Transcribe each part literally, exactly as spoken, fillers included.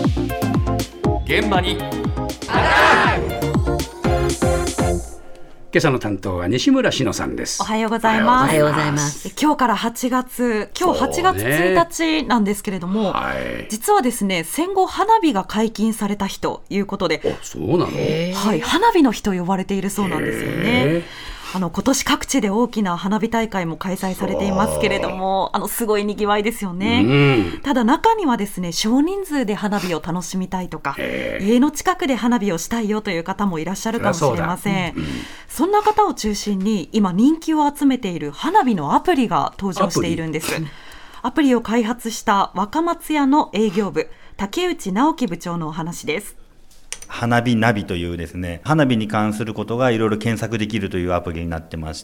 現場に今朝の担当は西村志乃さんです。 おはようございます。 おはようございます。 今日からはちがつ、今日はちがつついたちなんですけれども、 はい、 実はですね、戦後花火が解禁された日ということで、 あ、そうなの？ はい、花火の日と呼ばれているそうなんですよね。あの今年各地で大きな花火大会も開催されていますけれども、あのすごいにぎわいですよね、うん、ただ中にはですね、少人数で花火を楽しみたいとか、家の近くで花火をしたいよという方もいらっしゃるかもしれません。 そ, うんうん、そんな方を中心に今人気を集めている花火のアプリが登場しているんです。アプリ、アプリを開発した若松屋の営業部、竹内直樹部長のお話です。 花火ナビというですね、花火に関することがいろいろ検索できるというアプリになってまして、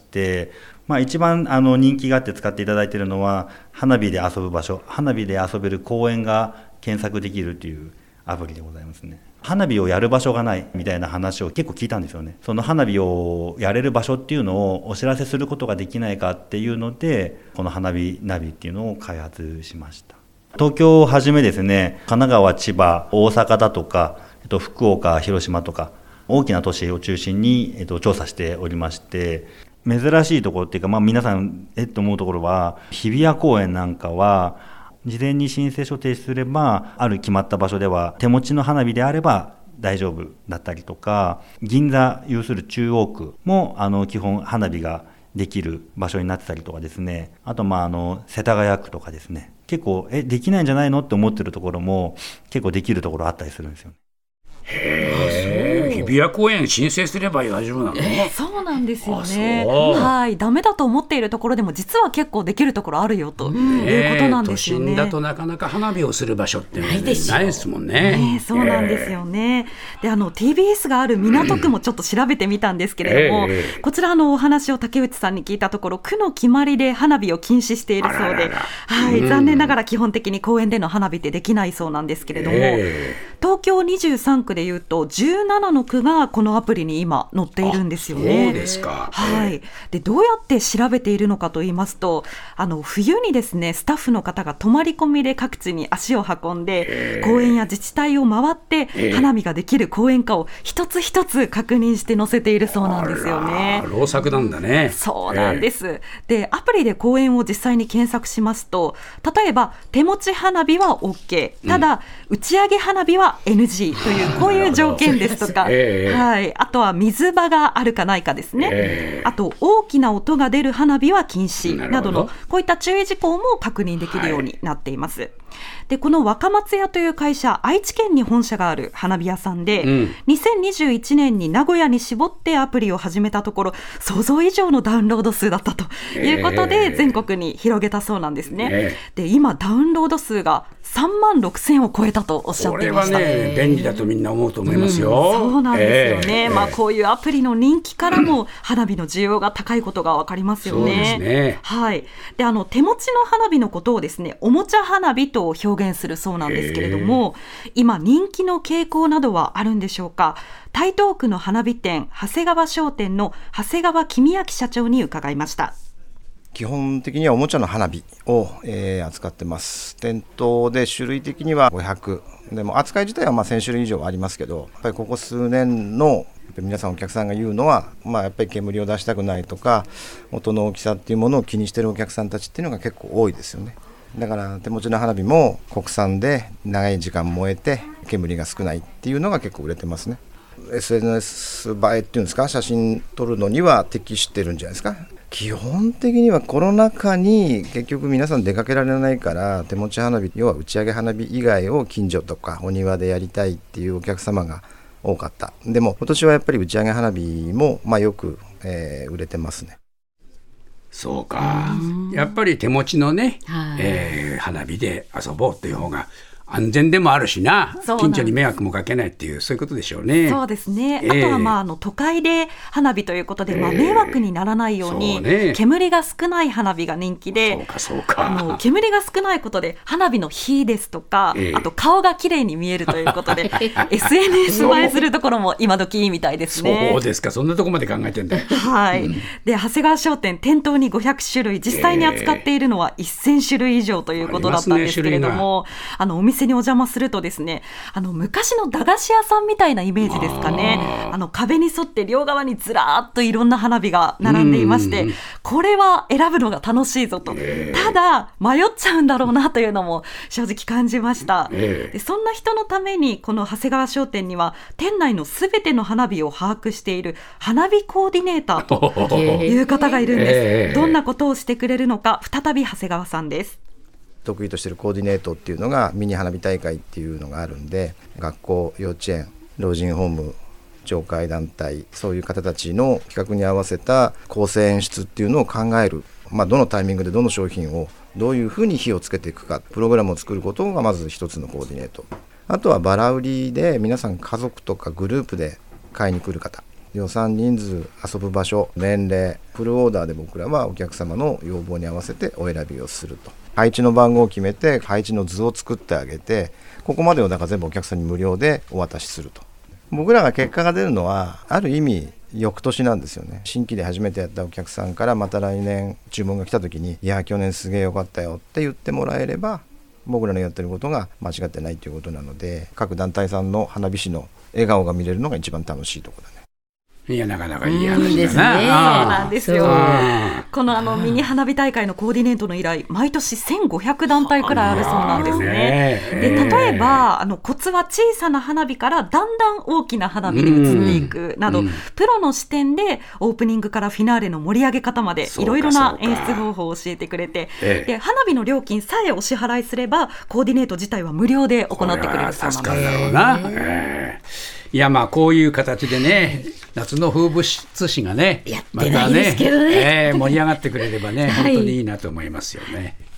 まあ、一番あの人気があって使っていただいているのは、花火で遊ぶ場所、花火で遊べる公園が検索できるというアプリでございますね。花火をやる場所がないみたいな話を結構聞いたんですよね。その花火をやれる場所っていうのをお知らせすることができないかっていうので、この花火ナビっていうのを開発しました。東京をはじめですね、神奈川、千葉、大阪だとか、福岡、広島とか大きな都市を中心に、えっと、調査しておりまして、珍しいところっていうか、まあ、皆さんえっと思うところは、日比谷公園なんかは事前に申請書を提出すれば、ある決まった場所では手持ちの花火であれば大丈夫だったりとか、銀座有する中央区もあの基本花火ができる場所になってたりとかですね、あとまああの世田谷区とかですね、結構えできないんじゃないのって思ってるところも結構できるところあったりするんですよね。 へー、日比谷公園申請すれば大丈夫なの？ えー、そうなんですよね。はい、ダメだと思っているところでも実は結構できるところあるよということなんですよね。 都心だとなかなか花火をする場所ってないですもんね。 ね、そうなんですよね。で、あの ティービーエス がある港区もちょっと調べてみたんですけれども、えー、こちらのお話を竹内さんに聞いたところ、区の決まりで花火を禁止しているそうで、 ららら、 はい、うん、残念ながら基本的に公園での花火ってできないそうなんですけれども、えー、東京にじゅうさんくでいうとじゅうななの区がこのアプリに今載っているんですよね。 そうですか。 はい、でどうやって調べているのかと言いますと、あの冬にですね、スタッフの方が泊まり込みで各地に足を運んで、公園や自治体を回って花火ができる公園かを一つ一つ確認して載せているそうなんですよね。 労作なんだね。 そうなんです。で、アプリで公園を実際に検索しますと、例えば手持ち花火は OK、 ただ、うん、打ち上げ花火は エヌジー というこういう条件ですとか、えーはい、あとは水場があるかないかですね、えー、あと大きな音が出る花火は禁止などのこういった注意事項も確認できるようになっています、はい。で、この若松屋という会社、愛知県に本社がある花火屋さんで、うん、にせんにじゅういちねんに名古屋に絞ってアプリを始めたところ、想像以上のダウンロード数だったということで全国に広げたそうなんですね、えー、で今ダウンロード数がさんまんろくせんを超えたとおっしゃっていました。 これはね、便利だとみんな思うと思いますよ、 うん、そうなんですよね、えーまあ、こういうアプリの人気からも花火の需要が高いことが分かりますよね。 そうですね、 はい。で、あの手持ちの花火のことをですね、おもちゃ花火と表現するそうなんですけれども、今人気の傾向などはあるんでしょうか。台東区の花火店、長谷川商店の長谷川公明社長に伺いました。 基本的にはおもちゃの花火を、えー、扱ってます。店頭で種類的にはごひゃくでも、扱い自体はまあせんしゅるい以上ありますけど、やっぱりここ数年のやっぱり皆さんお客さんが言うのは、まあ、やっぱり煙を出したくないとか、音の大きさっていうものを気にしているお客さんたちっていうのが結構多いですよね。だから手持ちの花火も国産で長い時間燃えて煙が少ないっていうのが結構売れてますね。 エスエヌエス 映えっていうんですか、写真撮るのには適してるんじゃないですか。基本的にはコロナ禍に結局皆さん出かけられないから、手持ち花火、要は打ち上げ花火以外を近所とかお庭でやりたいっていうお客様が多かった。でも今年はやっぱり打ち上げ花火もまあよく、えー、売れてますね。 そうか、やっぱり手持ちのね、えー、花火で遊ぼうという方が安全でもあるしな、近所に迷惑もかけないっていう、そういうことでしょうね。 そうですね、えー、あとは、まあ、あの都会で花火ということで、まあ、迷惑にならないように、えーね、煙が少ない花火が人気で、 そうかそうか、 あの煙が少ないことで花火の火ですとか、えー、あと顔が綺麗に見えるということでエスエヌエス 映えするところも今時いいみたいですね。 そうですか、そんなところまで考えてんだ。 はい、うん、で長谷川商店、店頭にごひゃくしゅるい、実際に扱っているのはせんしゅるい以上ということだったんですけれども、えー、あのお店店にお邪魔するとですね、あの昔の駄菓子屋さんみたいなイメージですかね。あの壁に沿って両側にずらーっといろんな花火が並んでいまして、これは選ぶのが楽しいぞと、ただ迷っちゃうんだろうなというのも正直感じました。でそんな人のためにこの長谷川商店には店内のすべての花火を把握している花火コーディネーターという方がいるんです。どんなことをしてくれるのか、再び長谷川さんです。 得意としているコーディネートっていうのがミニ花火大会っていうのがあるんで、学校、幼稚園、老人ホーム、町会団体、そういう方たちの企画に合わせた構成演出っていうのを考える、まあ、どのタイミングでどの商品をどういうふうに火をつけていくか、プログラムを作ることがまず一つのコーディネート。あとはバラ売りで皆さん家族とかグループで買いに来る方、予算、人数、遊ぶ場所、年齢、フルオーダーで僕らはお客様の要望に合わせてお選びをすると。配置の番号を決めて配置の図を作ってあげて、ここまでをだから全部お客さんに無料でお渡しすると。僕らが結果が出るのはある意味翌年なんですよね。新規で初めてやったお客さんからまた来年注文が来た時に、いや去年すげえよかったよって言ってもらえれば、僕らのやってることが間違ってないということなので、各団体さんの花火師の笑顔が見れるのが一番楽しいところだね。 いやなかなかいい話だな。 いいですね。そうなんですよ。このあのミニ花火大会のコーディネートの依頼、毎年せんごひゃくだんたいくらいあるそうなんですね。で例えばあのコツは小さな花火からだんだん大きな花火で移っていくなど、プロの視点でオープニングからフィナーレの盛り上げ方までいろいろな演出方法を教えてくれて、で花火の料金さえお支払いすればコーディネート自体は無料で行ってくれるそうなんです。 助かるだろうな。えーいやまあこういう形でね、夏の風物詩がね、 やってないですけどね、 またね、えー、盛り上がってくれればね、はい、本当にいいなと思いますよね。